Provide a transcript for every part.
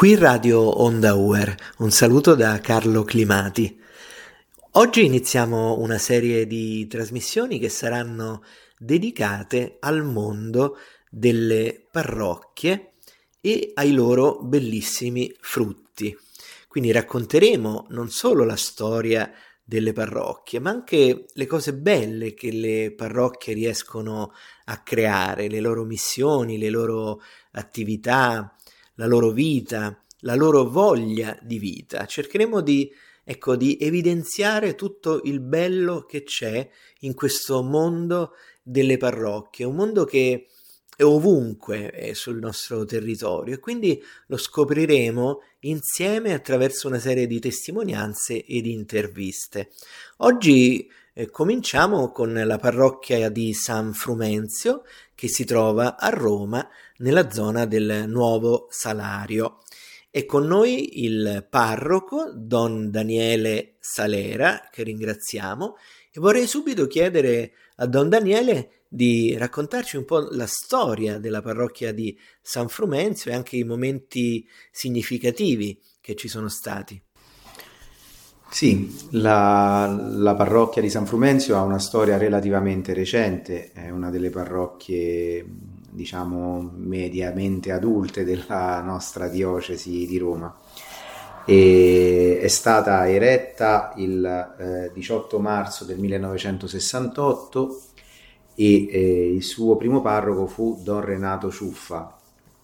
Qui Radio Onda Uer, un saluto da Carlo Climati. Oggi iniziamo una serie di trasmissioni che saranno dedicate al mondo delle parrocchie e ai loro bellissimi frutti. Quindi racconteremo non solo la storia delle parrocchie, ma anche le cose belle che le parrocchie riescono a creare, le loro missioni, le loro attività, la loro vita, la loro voglia di vita. Cercheremo di evidenziare tutto il bello che c'è in questo mondo delle parrocchie, un mondo che è ovunque sul nostro territorio, e quindi lo scopriremo insieme attraverso una serie di testimonianze e di interviste. Oggi cominciamo con la parrocchia di San Frumenzio, che si trova a Roma, nella zona del Nuovo Salario. È con noi il parroco Don Daniele Salera, che ringraziamo, e vorrei subito chiedere a Don Daniele di raccontarci un po' la storia della parrocchia di San Frumenzio e anche i momenti significativi che ci sono stati. Sì, la parrocchia di San Frumenzio ha una storia relativamente recente, è una delle parrocchie, diciamo, mediamente adulte della nostra diocesi di Roma. E è stata eretta il 18 marzo del 1968 e il suo primo parroco fu Don Renato Ciuffa.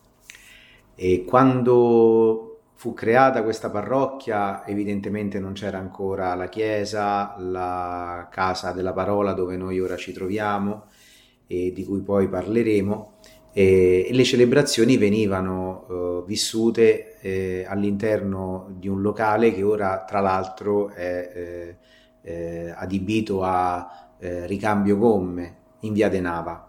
E quando fu creata questa parrocchia, evidentemente non c'era ancora la chiesa, la casa della parola dove noi ora ci troviamo e di cui poi parleremo, e le celebrazioni venivano vissute all'interno di un locale che ora tra l'altro è adibito a ricambio gomme in via De Nava,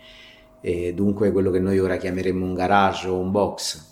dunque quello che noi ora chiameremo un garage o un box.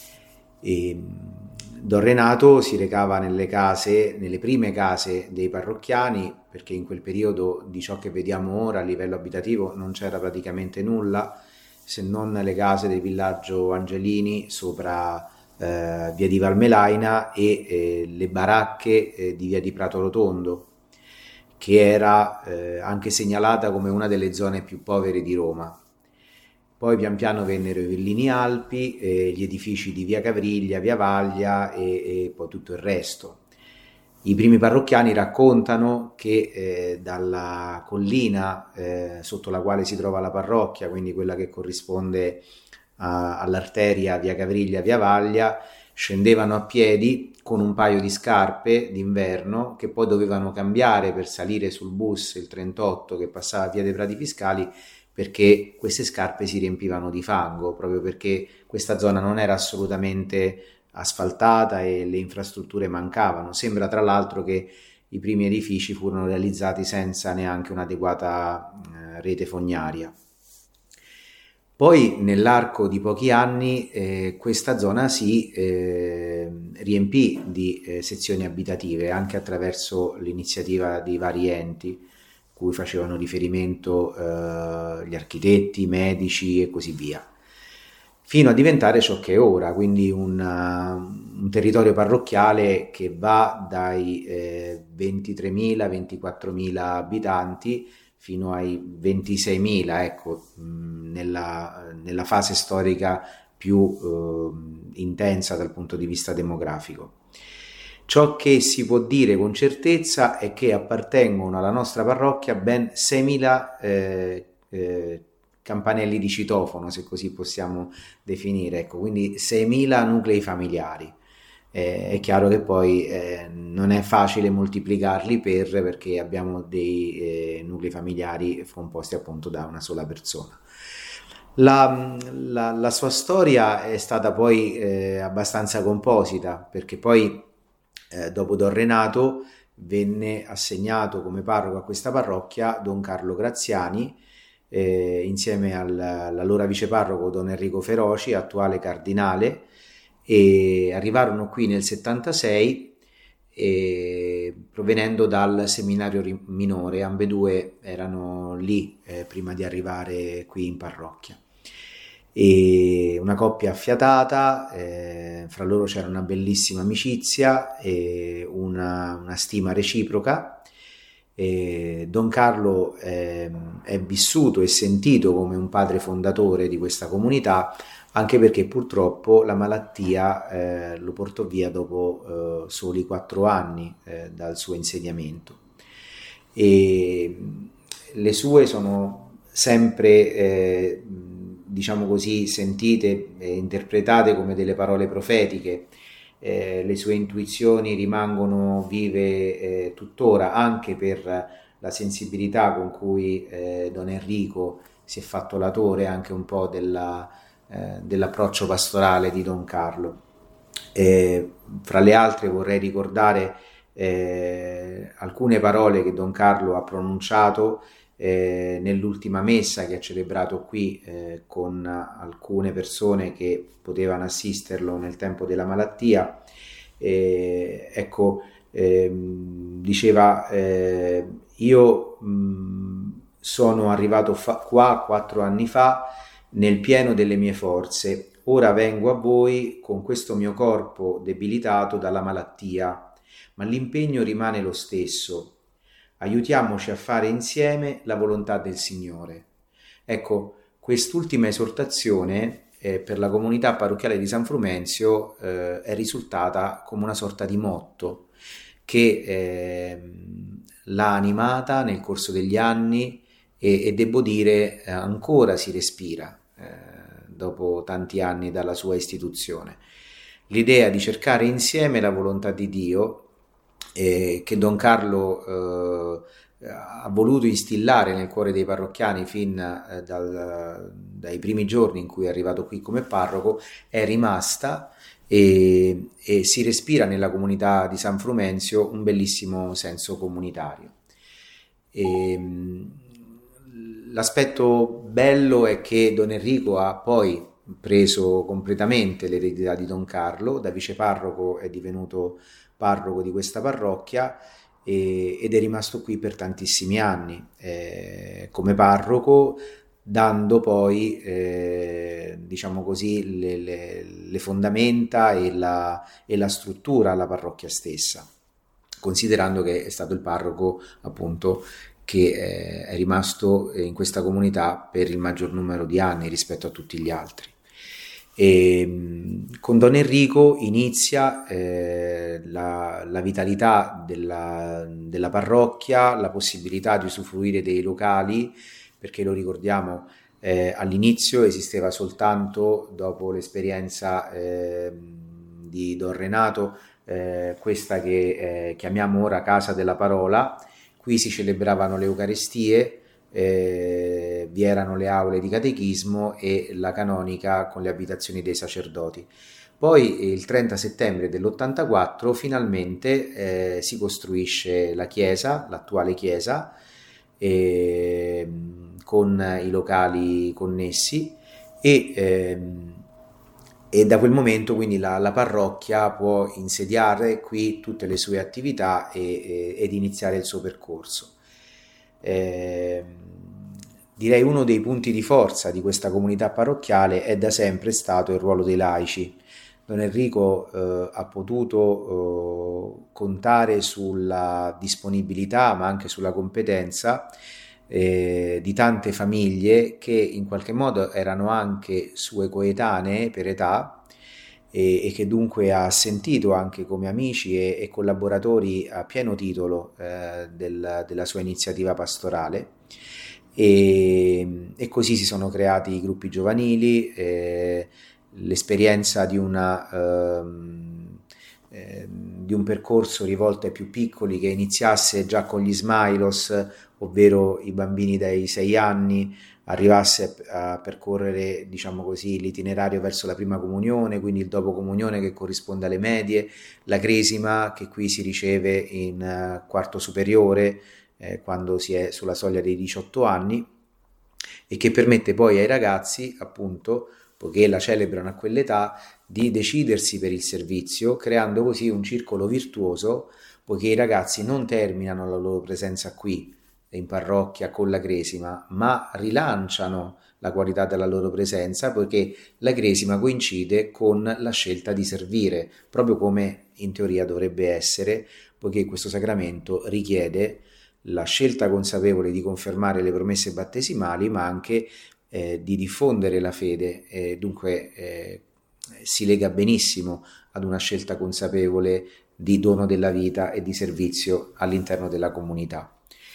E Don Renato si recava nelle prime case dei parrocchiani, perché in quel periodo di ciò che vediamo ora a livello abitativo non c'era praticamente nulla, se non le case del villaggio Angelini sopra via di Valmelaina e le baracche di via di Prato Rotondo, che era anche segnalata come una delle zone più povere di Roma. Poi pian piano vennero i villini Alpi, gli edifici di via Cavriglia, via Vaglia e poi tutto il resto. I primi parrocchiani raccontano che dalla collina sotto la quale si trova la parrocchia, quindi quella che corrisponde all'arteria via Cavriglia, via Vaglia, scendevano a piedi con un paio di scarpe d'inverno che poi dovevano cambiare per salire sul bus, il 38, che passava via dei Prati Fiscali, perché queste scarpe si riempivano di fango, proprio perché questa zona non era assolutamente asfaltata e le infrastrutture mancavano. Sembra tra l'altro che i primi edifici furono realizzati senza neanche un'adeguata rete fognaria. Poi nell'arco di pochi anni questa zona si riempì di sezioni abitative, anche attraverso l'iniziativa di vari enti cui facevano riferimento gli architetti, i medici e così via, fino a diventare ciò che è ora, quindi un territorio parrocchiale che va dai 23.000-24.000 abitanti fino ai 26.000, ecco, nella fase storica più intensa dal punto di vista demografico. Ciò che si può dire con certezza è che appartengono alla nostra parrocchia ben 6.000 campanelli di citofono, se così possiamo definire, ecco, quindi 6.000 nuclei familiari. È chiaro che poi non è facile moltiplicarli perché abbiamo dei nuclei familiari composti appunto da una sola persona. La sua storia è stata poi abbastanza composita, perché poi dopo Don Renato venne assegnato come parroco a questa parrocchia Don Carlo Graziani, insieme all'allora viceparroco Don Enrico Feroci, attuale cardinale, e arrivarono qui nel 76 provenendo dal seminario minore. Ambedue erano lì prima di arrivare qui in parrocchia. e una coppia affiatata, fra loro c'era una bellissima amicizia e una stima reciproca. Don Carlo è vissuto e sentito come un padre fondatore di questa comunità, anche perché purtroppo la malattia lo portò via dopo soli 4 anni dal suo insediamento. E le sue sono sempre, diciamo così, sentite e interpretate come delle parole profetiche. Le sue intuizioni rimangono vive tuttora, anche per la sensibilità con cui Don Enrico si è fatto latore anche un po' dell'approccio pastorale di Don Carlo. Fra le altre vorrei ricordare alcune parole che Don Carlo ha pronunciato nell'ultima messa che ha celebrato qui con alcune persone che potevano assisterlo nel tempo della malattia. Diceva: io sono arrivato qua 4 anni fa nel pieno delle mie forze, ora vengo a voi con questo mio corpo debilitato dalla malattia, ma l'impegno rimane lo stesso. Aiutiamoci a fare insieme la volontà del Signore. Ecco, quest'ultima esortazione per la comunità parrocchiale di San Frumenzio è risultata come una sorta di motto che l'ha animata nel corso degli anni e devo dire ancora si respira dopo tanti anni dalla sua istituzione. L'idea di cercare insieme la volontà di Dio che Don Carlo ha voluto instillare nel cuore dei parrocchiani fin dai primi giorni in cui è arrivato qui come parroco, è rimasta e si respira nella comunità di San Frumenzio un bellissimo senso comunitario. L'aspetto bello è che Don Enrico ha poi preso completamente l'eredità di Don Carlo, da viceparroco è divenuto parroco di questa parrocchia ed è rimasto qui per tantissimi anni come parroco, dando poi diciamo così le fondamenta e la struttura alla parrocchia stessa, considerando che è stato il parroco appunto che è rimasto in questa comunità per il maggior numero di anni rispetto a tutti gli altri. E con Don Enrico inizia la vitalità della parrocchia, la possibilità di usufruire dei locali, perché lo ricordiamo, all'inizio esisteva soltanto, dopo l'esperienza di Don Renato, questa che chiamiamo ora Casa della Parola. Qui si celebravano le Eucaristie, vi erano le aule di catechismo e la canonica con le abitazioni dei sacerdoti. Poi il 30 settembre dell'84 finalmente si costruisce la chiesa, l'attuale chiesa, con i locali connessi e da quel momento quindi la parrocchia può insediare qui tutte le sue attività ed iniziare il suo percorso. Direi uno dei punti di forza di questa comunità parrocchiale è da sempre stato il ruolo dei laici. Don Enrico ha potuto contare sulla disponibilità ma anche sulla competenza di tante famiglie che in qualche modo erano anche sue coetanee per età e che dunque ha sentito anche come amici e collaboratori a pieno titolo della sua iniziativa pastorale. E così si sono creati i gruppi giovanili, l'esperienza di un percorso rivolto ai più piccoli che iniziasse già con gli Smailos, ovvero i bambini dai 6 anni, arrivasse a percorrere, diciamo così, l'itinerario verso la prima comunione, quindi il dopo comunione che corrisponde alle medie, la cresima che qui si riceve in quarto superiore, quando si è sulla soglia dei 18 anni, e che permette poi ai ragazzi, appunto, poiché la celebrano a quell'età, di decidersi per il servizio, creando così un circolo virtuoso, poiché i ragazzi non terminano la loro presenza qui in parrocchia con la cresima, ma rilanciano la qualità della loro presenza perché la cresima coincide con la scelta di servire, proprio come in teoria dovrebbe essere, poiché questo sacramento richiede la scelta consapevole di confermare le promesse battesimali, ma anche di diffondere la fede, dunque si lega benissimo ad una scelta consapevole di dono della vita e di servizio all'interno della comunità.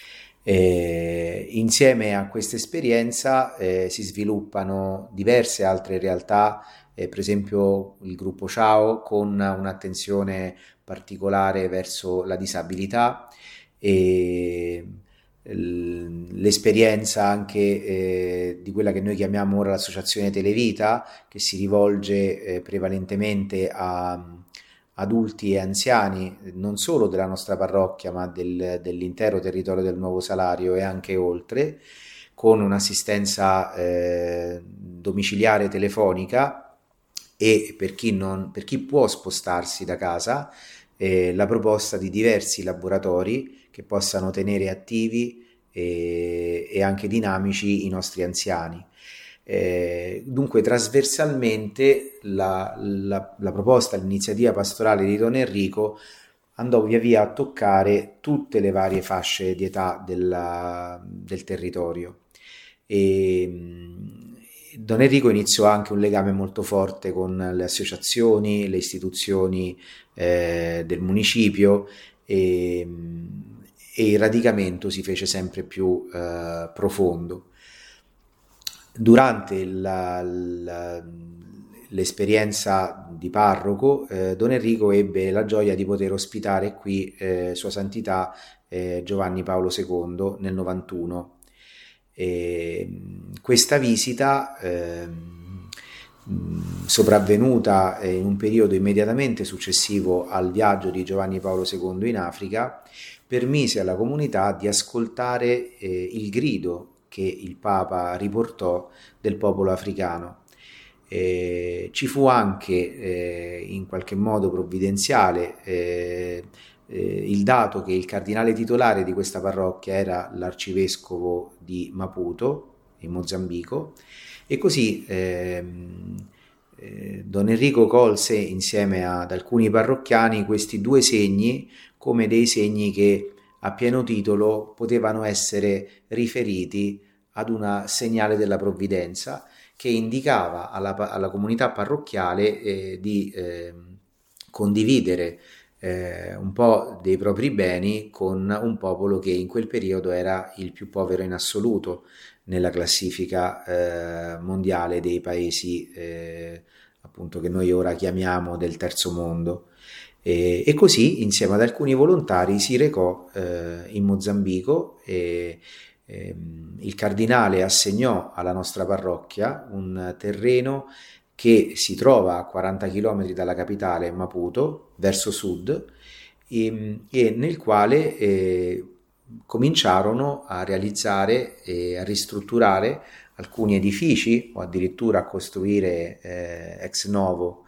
Insieme a questa esperienza si sviluppano diverse altre realtà, per esempio il gruppo Ciao con un'attenzione particolare verso la disabilità e l'esperienza anche di quella che noi chiamiamo ora l'associazione Televita, che si rivolge prevalentemente a adulti e anziani non solo della nostra parrocchia ma dell'intero territorio del Nuovo Salario e anche oltre, con un'assistenza domiciliare telefonica e per chi può spostarsi da casa la proposta di diversi laboratori che possano tenere attivi e anche dinamici i nostri anziani. Dunque trasversalmente la proposta, l'iniziativa pastorale di Don Enrico andò via via a toccare tutte le varie fasce di età del territorio. Don Enrico iniziò anche un legame molto forte con le associazioni, le istituzioni del municipio e il radicamento si fece sempre più profondo. Durante l'esperienza di parroco, Don Enrico ebbe la gioia di poter ospitare qui Sua Santità Giovanni Paolo II nel 91. Questa visita, sopravvenuta in un periodo immediatamente successivo al viaggio di Giovanni Paolo II in Africa, permise alla comunità di ascoltare il grido che il Papa riportò del popolo africano. Ci fu anche in qualche modo provvidenziale il dato che il cardinale titolare di questa parrocchia era l'arcivescovo di Maputo, in Mozambico, e così Don Enrico colse insieme ad alcuni parrocchiani questi due segni come dei segni che a pieno titolo potevano essere riferiti ad una segnale della provvidenza che indicava alla comunità parrocchiale di condividere un po' dei propri beni con un popolo che in quel periodo era il più povero in assoluto nella classifica mondiale dei paesi appunto che noi ora chiamiamo del terzo mondo. E così insieme ad alcuni volontari si recò in Mozambico e il cardinale assegnò alla nostra parrocchia un terreno che si trova a 40 km dalla capitale Maputo verso sud e nel quale cominciarono a realizzare e a ristrutturare alcuni edifici o addirittura a costruire ex novo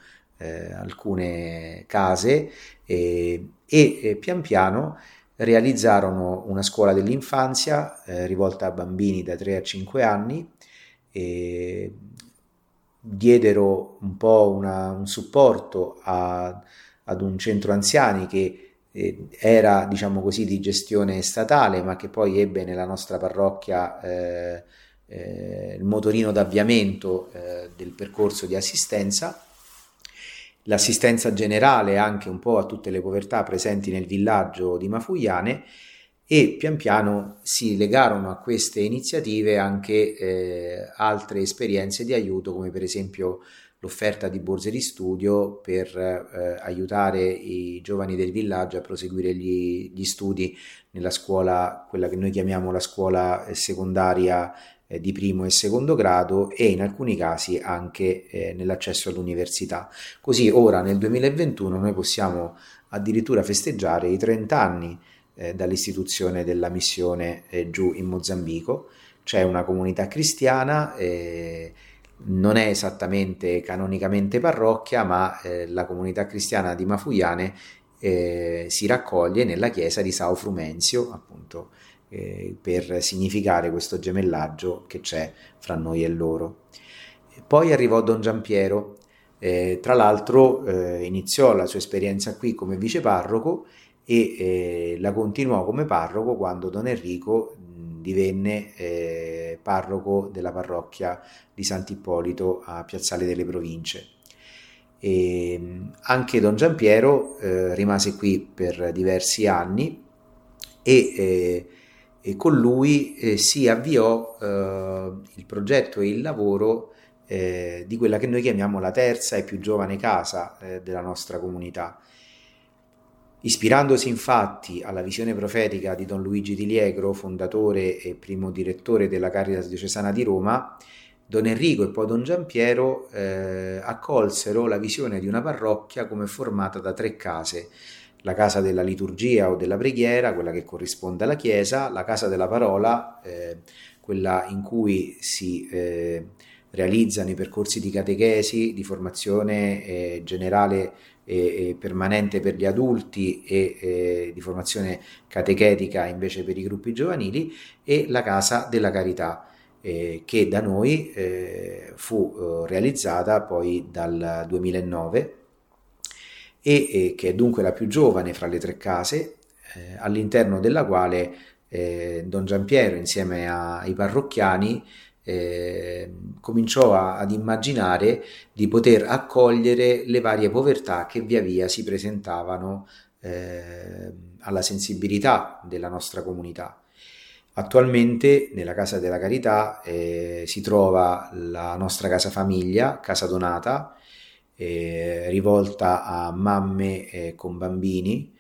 alcune case e pian piano realizzarono una scuola dell'infanzia rivolta a bambini da 3 a 5 anni e diedero un po' un supporto ad un centro anziani che era, diciamo così, di gestione statale, ma che poi ebbe nella nostra parrocchia il motorino d'avviamento del percorso di assistenza. L'assistenza generale anche un po' a tutte le povertà presenti nel villaggio di Mafugliane e pian piano si legarono a queste iniziative anche altre esperienze di aiuto come per esempio l'offerta di borse di studio per aiutare i giovani del villaggio a proseguire gli studi nella scuola, quella che noi chiamiamo la scuola secondaria di primo e secondo grado e in alcuni casi anche nell'accesso all'università. Così ora nel 2021 noi possiamo addirittura festeggiare i 30 anni dall'istituzione della missione giù in Mozambico. C'è una comunità cristiana, non è esattamente canonicamente parrocchia, ma la comunità cristiana di Mafugliane si raccoglie nella chiesa di Sao Frumenzio, appunto per significare questo gemellaggio che c'è fra noi e loro. Poi arrivò Don Giampiero, tra l'altro iniziò la sua esperienza qui come viceparroco e la continuò come parroco quando Don Enrico divenne parroco della parrocchia di Sant'Ippolito a Piazzale delle Province. E anche Don Giampiero rimase qui per diversi anni e con lui si avviò il progetto e il lavoro di quella che noi chiamiamo la terza e più giovane casa della nostra comunità. Ispirandosi infatti alla visione profetica di Don Luigi Di Liegro, fondatore e primo direttore della Caritas Diocesana di Roma, Don Enrico e poi Don Giampiero accolsero la visione di una parrocchia come formata da 3 case: la casa della liturgia o della preghiera, quella che corrisponde alla Chiesa, la casa della parola, quella in cui si realizzano i percorsi di catechesi, di formazione generale e permanente per gli adulti e di formazione catechetica invece per i gruppi giovanili, e la casa della carità, che da noi fu realizzata poi dal 2009 e che è dunque la più giovane fra le 3 case, all'interno della quale Don Giampiero insieme ai parrocchiani cominciò ad immaginare di poter accogliere le varie povertà che via via si presentavano alla sensibilità della nostra comunità. Attualmente nella Casa della Carità si trova la nostra casa famiglia, casa donata, rivolta a mamme con bambini,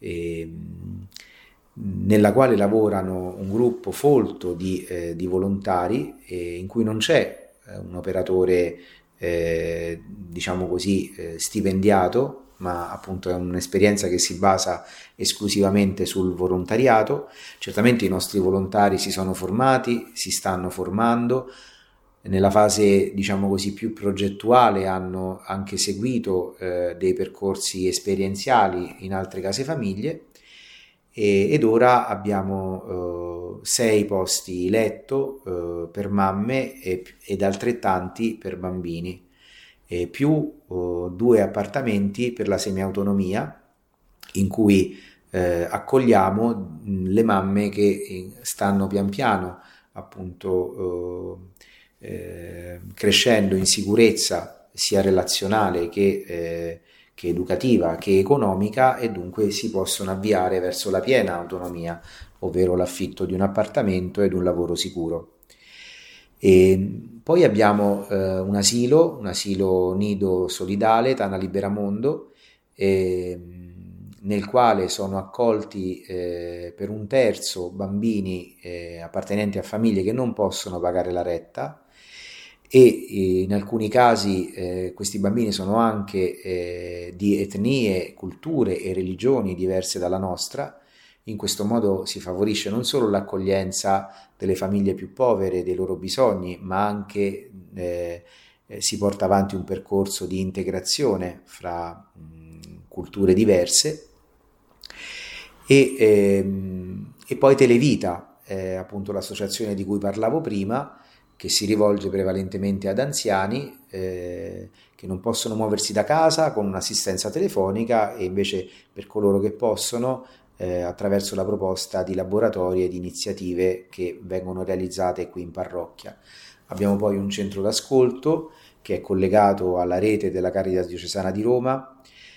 nella quale lavorano un gruppo folto di volontari, in cui non c'è un operatore diciamo così stipendiato, ma appunto è un'esperienza che si basa esclusivamente sul volontariato. Certamente i nostri volontari si sono formati, si stanno formando, nella fase diciamo così più progettuale hanno anche seguito dei percorsi esperienziali in altre case famiglie, ed ora abbiamo 6 posti letto per mamme ed altrettanti per bambini, più 2 appartamenti per la semiautonomia, in cui accogliamo le mamme che stanno pian piano appunto crescendo in sicurezza sia relazionale che educativa che economica, e dunque si possono avviare verso la piena autonomia, ovvero l'affitto di un appartamento ed un lavoro sicuro. E poi abbiamo un asilo nido solidale Tana Liberamondo, nel quale sono accolti per 1/3 bambini appartenenti a famiglie che non possono pagare la retta, e in alcuni casi questi bambini sono anche di etnie, culture e religioni diverse dalla nostra. In questo modo si favorisce non solo l'accoglienza delle famiglie più povere, dei loro bisogni, ma anche si porta avanti un percorso di integrazione fra culture diverse. E poi Televita, appunto l'associazione di cui parlavo prima, che si rivolge prevalentemente ad anziani che non possono muoversi da casa con un'assistenza telefonica, e invece per coloro che possono attraverso la proposta di laboratori e di iniziative che vengono realizzate qui in parrocchia. Abbiamo poi un centro d'ascolto che è collegato alla rete della Caritas Diocesana di Roma,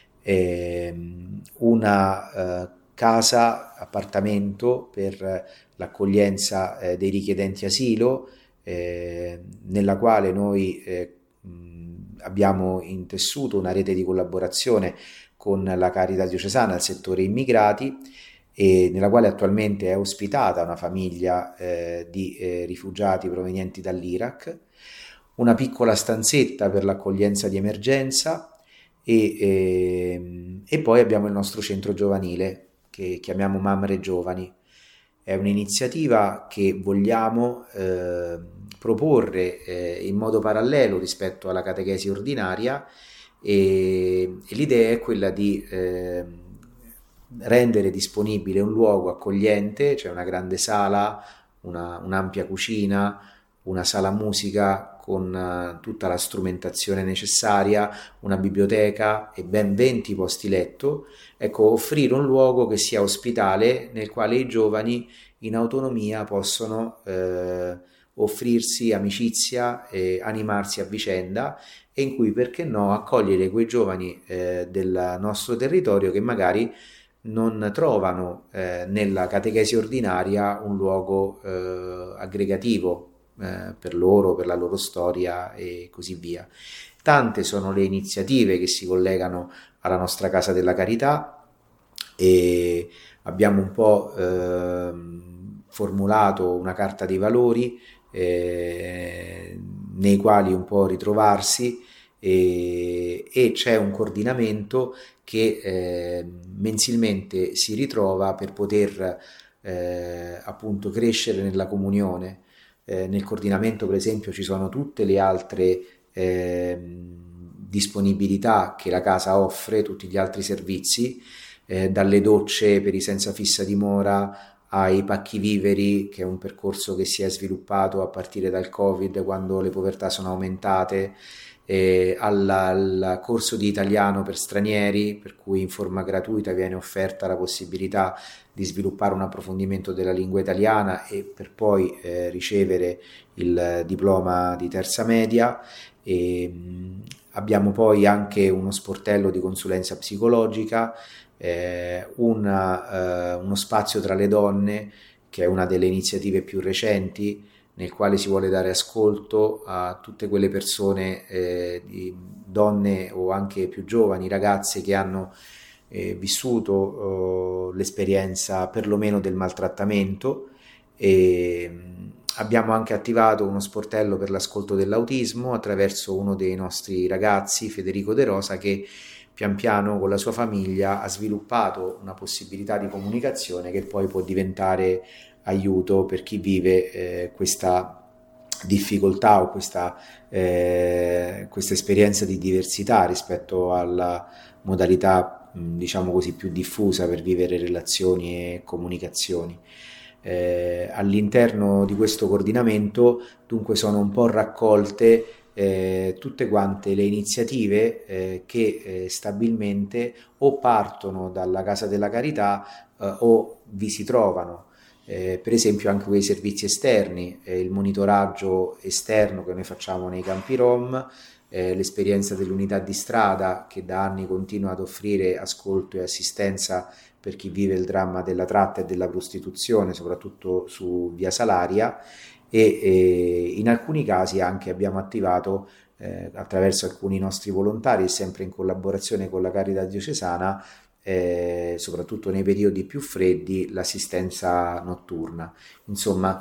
una casa appartamento per l'accoglienza dei richiedenti asilo, nella quale noi abbiamo intessuto una rete di collaborazione con la Caritas Diocesana al settore immigrati, e nella quale attualmente è ospitata una famiglia di rifugiati provenienti dall'Iraq, una piccola stanzetta per l'accoglienza di emergenza, e poi abbiamo il nostro centro giovanile che chiamiamo Mamre Giovani. È un'iniziativa che vogliamo proporre in modo parallelo rispetto alla catechesi ordinaria, e l'idea è quella di rendere disponibile un luogo accogliente, cioè una grande sala, un'ampia cucina, una sala musica con tutta la strumentazione necessaria, una biblioteca e ben 20 posti letto. Ecco, offrire un luogo che sia ospitale, nel quale i giovani in autonomia possono offrirsi amicizia e animarsi a vicenda, e in cui, perché no, accogliere quei giovani del nostro territorio che magari non trovano nella catechesi ordinaria un luogo aggregativo per loro, per la loro storia e così via. Tante sono le iniziative che si collegano alla nostra Casa della Carità, e abbiamo un po' formulato una carta dei valori nei quali un po' ritrovarsi, e c'è un coordinamento che mensilmente si ritrova per poter appunto crescere nella comunione. Nel coordinamento, per esempio, ci sono tutte le altre disponibilità che la casa offre, tutti gli altri servizi, dalle docce per i senza fissa dimora ai pacchi viveri, che è un percorso che si è sviluppato a partire dal Covid, quando le povertà sono aumentate, al corso di italiano per stranieri, per cui in forma gratuita viene offerta la possibilità di sviluppare un approfondimento della lingua italiana e per poi ricevere il diploma di terza media. Abbiamo poi anche uno sportello di consulenza psicologica, uno spazio tra le donne, che è una delle iniziative più recenti, nel quale si vuole dare ascolto a tutte quelle persone, donne o anche più giovani, ragazze che hanno vissuto l'esperienza perlomeno del maltrattamento. E abbiamo anche attivato uno sportello per l'ascolto dell'autismo attraverso uno dei nostri ragazzi, Federico De Rosa, che pian piano con la sua famiglia ha sviluppato una possibilità di comunicazione che poi può diventare aiuto per chi vive questa difficoltà o questa esperienza di diversità rispetto alla modalità, diciamo così, più diffusa per vivere relazioni e comunicazioni. All'interno di questo coordinamento dunque sono un po' raccolte tutte quante le iniziative che stabilmente o partono dalla Casa della Carità o vi si trovano. Per esempio anche quei servizi esterni, il monitoraggio esterno che noi facciamo nei campi Rom, l'esperienza dell'unità di strada che da anni continua ad offrire ascolto e assistenza per chi vive il dramma della tratta e della prostituzione, soprattutto su Via Salaria, e in alcuni casi anche abbiamo attivato attraverso alcuni nostri volontari, sempre in collaborazione con la Carità Diocesana, soprattutto nei periodi più freddi, l'assistenza notturna. Insomma,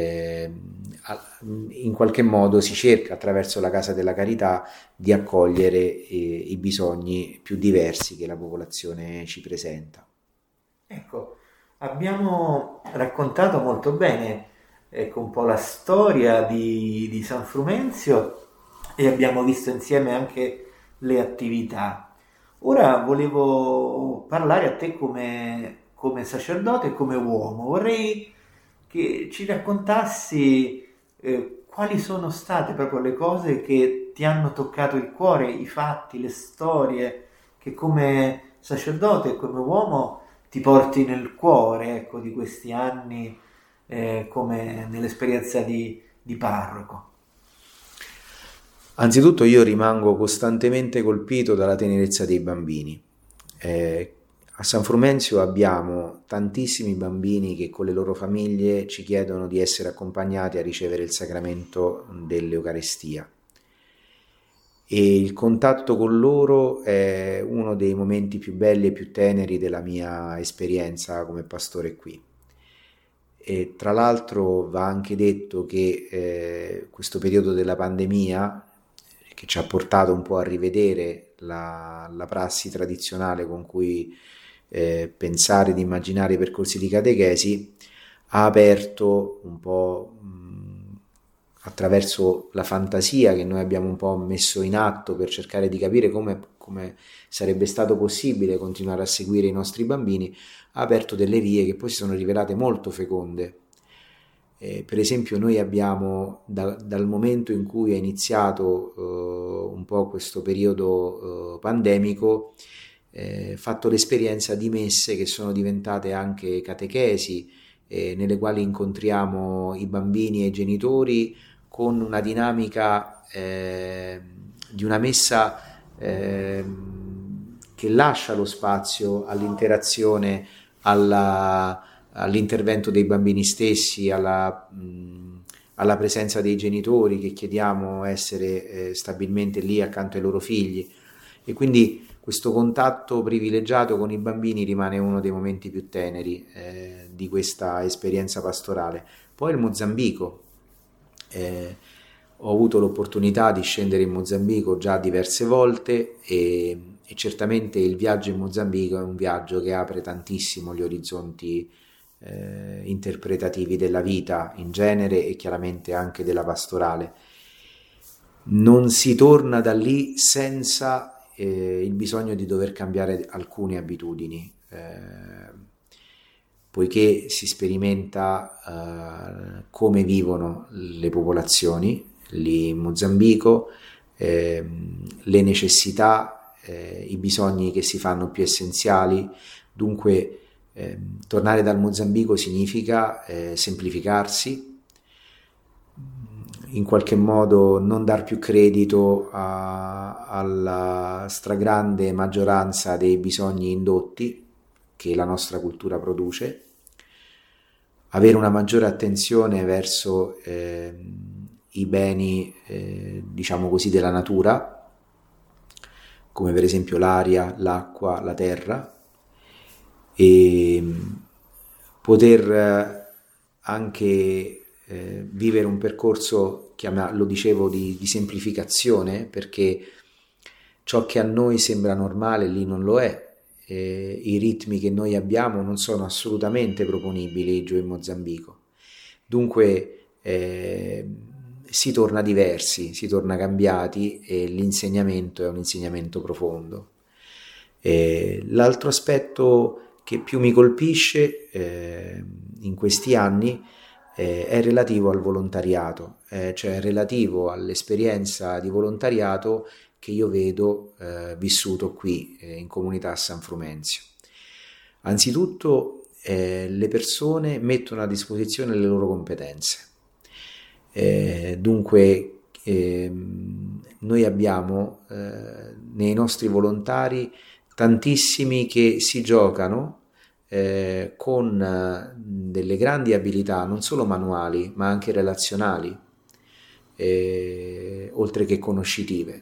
in qualche modo si cerca attraverso la Casa della Carità di accogliere i bisogni più diversi che la popolazione ci presenta. Ecco, abbiamo raccontato molto bene, ecco, un po' la storia di San Frumenzio, e abbiamo visto insieme anche le attività. Ora volevo parlare a te come sacerdote e come uomo. Vorrei che ci raccontassi quali sono state proprio le cose che ti hanno toccato il cuore, i fatti, le storie che come sacerdote e come uomo ti porti nel cuore, ecco, di questi anni, come nell'esperienza di parroco. Anzitutto io rimango costantemente colpito dalla tenerezza dei bambini. A San Frumenzio abbiamo tantissimi bambini che con le loro famiglie ci chiedono di essere accompagnati a ricevere il sacramento dell'Eucarestia. E il contatto con loro è uno dei momenti più belli e più teneri della mia esperienza come pastore qui. E tra l'altro va anche detto che questo periodo della pandemia, che ci ha portato un po' a rivedere la prassi tradizionale con cui pensare di immaginare i percorsi di catechesi, ha aperto un po' attraverso la fantasia che noi abbiamo un po' messo in atto per cercare di capire come sarebbe stato possibile continuare a seguire i nostri bambini, ha aperto delle vie che poi si sono rivelate molto feconde. Per esempio noi abbiamo dal momento in cui è iniziato un po' questo periodo pandemico fatto l'esperienza di messe che sono diventate anche catechesi, nelle quali incontriamo i bambini e i genitori con una dinamica di una messa che lascia lo spazio all'interazione, all'intervento dei bambini stessi, alla presenza dei genitori che chiediamo essere stabilmente lì accanto ai loro figli, e quindi questo contatto privilegiato con i bambini rimane uno dei momenti più teneri di questa esperienza pastorale. Poi il Mozambico, ho avuto l'opportunità di scendere in Mozambico già diverse volte e certamente il viaggio in Mozambico è un viaggio che apre tantissimo gli orizzonti interpretativi della vita in genere e chiaramente anche della pastorale. Non si torna da lì senza il bisogno di dover cambiare alcune abitudini, poiché si sperimenta come vivono le popolazioni lì in Mozambico, le necessità, i bisogni che si fanno più essenziali. Dunque tornare dal Mozambico significa semplificarsi, in qualche modo non dar più credito alla stragrande maggioranza dei bisogni indotti che la nostra cultura produce, avere una maggiore attenzione verso i beni, diciamo così, della natura, come per esempio l'aria, l'acqua, la terra, e poter anche vivere un percorso, lo dicevo, di semplificazione, perché ciò che a noi sembra normale lì non lo è. I ritmi che noi abbiamo non sono assolutamente proponibili giù in Mozambico. Dunque si torna diversi, si torna cambiati, e l'insegnamento è un insegnamento profondo. L'altro aspetto che più mi colpisce in questi anni è relativo al volontariato, cioè relativo all'esperienza di volontariato che io vedo vissuto qui in comunità a San Frumenzio. Anzitutto le persone mettono a disposizione le loro competenze. Dunque noi abbiamo nei nostri volontari tantissimi che si giocano con delle grandi abilità, non solo manuali ma anche relazionali, oltre che conoscitive,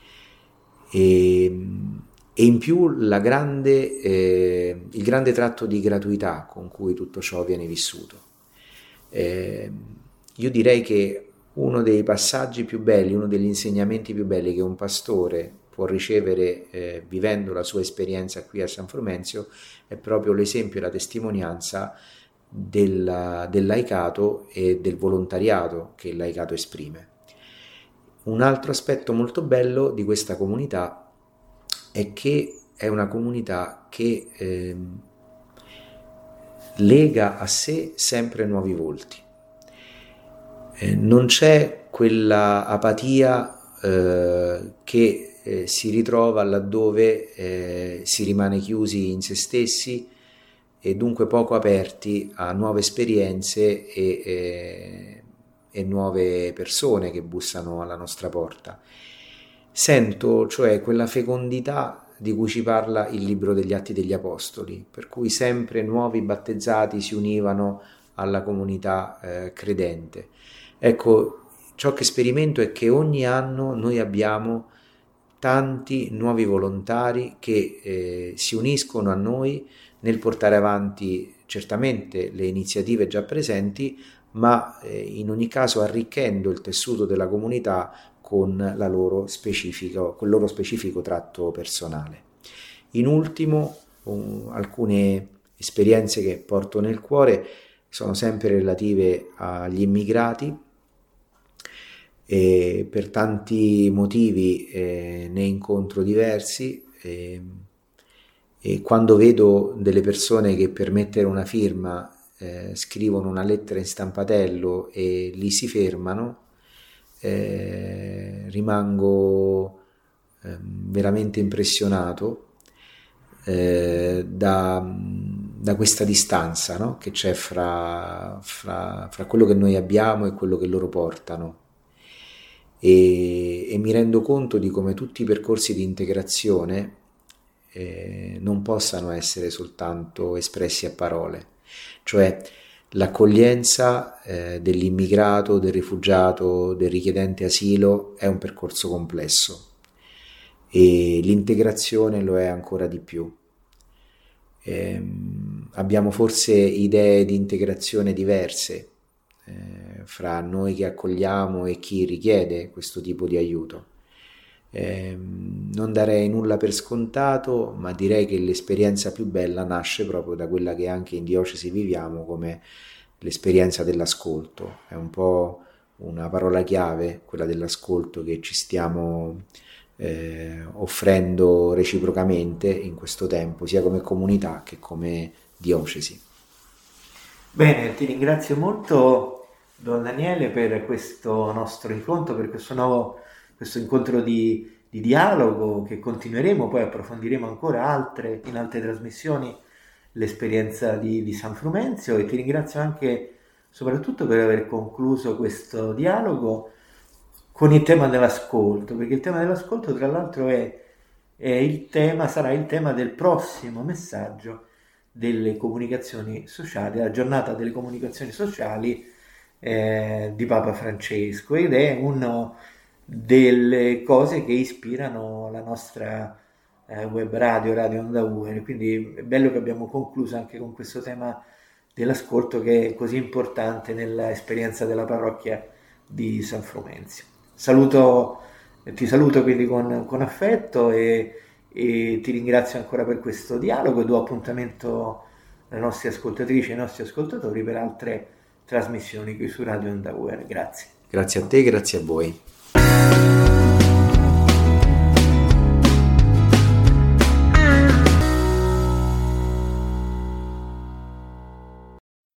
e in più il grande tratto di gratuità con cui tutto ciò viene vissuto. Io direi che uno dei passaggi più belli, uno degli insegnamenti più belli che un pastore può ricevere vivendo la sua esperienza qui a San Frumenzio è proprio l'esempio e la testimonianza del laicato e del volontariato che il laicato esprime. Un altro aspetto molto bello di questa comunità è che è una comunità che lega a sé sempre nuovi volti. Non c'è quella apatia che si ritrova laddove si rimane chiusi in se stessi e dunque poco aperti a nuove esperienze e nuove persone che bussano alla nostra porta. Sento cioè quella fecondità di cui ci parla il libro degli Atti degli Apostoli, per cui sempre nuovi battezzati si univano alla comunità credente. Ecco, ciò che sperimento è che ogni anno noi abbiamo tanti nuovi volontari che si uniscono a noi nel portare avanti certamente le iniziative già presenti, ma in ogni caso arricchendo il tessuto della comunità con col loro specifico tratto personale. In ultimo, alcune esperienze che porto nel cuore sono sempre relative agli immigrati, e per tanti motivi ne incontro diversi e quando vedo delle persone che per mettere una firma scrivono una lettera in stampatello e lì si fermano, rimango veramente impressionato da questa distanza, no? Che c'è fra quello che noi abbiamo e quello che loro portano. E mi rendo conto di come tutti i percorsi di integrazione non possano essere soltanto espressi a parole, cioè l'accoglienza dell'immigrato, del rifugiato, del richiedente asilo è un percorso complesso e l'integrazione lo è ancora di più. Abbiamo forse idee di integrazione diverse fra noi che accogliamo e chi richiede questo tipo di aiuto. Non darei nulla per scontato, ma direi che l'esperienza più bella nasce proprio da quella che anche in diocesi viviamo come l'esperienza dell'ascolto. È un po' una parola chiave, quella dell'ascolto, che ci stiamo offrendo reciprocamente in questo tempo, sia come comunità che come diocesi. Bene, ti ringrazio molto Don Daniele per questo nostro incontro, per questo incontro di dialogo che continueremo, poi approfondiremo ancora in altre trasmissioni l'esperienza di San Frumenzio, e ti ringrazio anche soprattutto per aver concluso questo dialogo con il tema dell'ascolto, perché il tema dell'ascolto tra l'altro sarà il tema del prossimo messaggio delle comunicazioni sociali, la giornata delle comunicazioni sociali di Papa Francesco, ed è una delle cose che ispirano la nostra web radio, Radio Onda Uer. Quindi è bello che abbiamo concluso anche con questo tema dell'ascolto, che è così importante nell'esperienza della parrocchia di San Frumenzio. Ti saluto quindi con affetto e ti ringrazio ancora per questo dialogo e do appuntamento alle nostre ascoltatrici e ai nostri ascoltatori per altre trasmissioni qui su Radio Onda Uer. Grazie. Grazie a te, grazie a voi.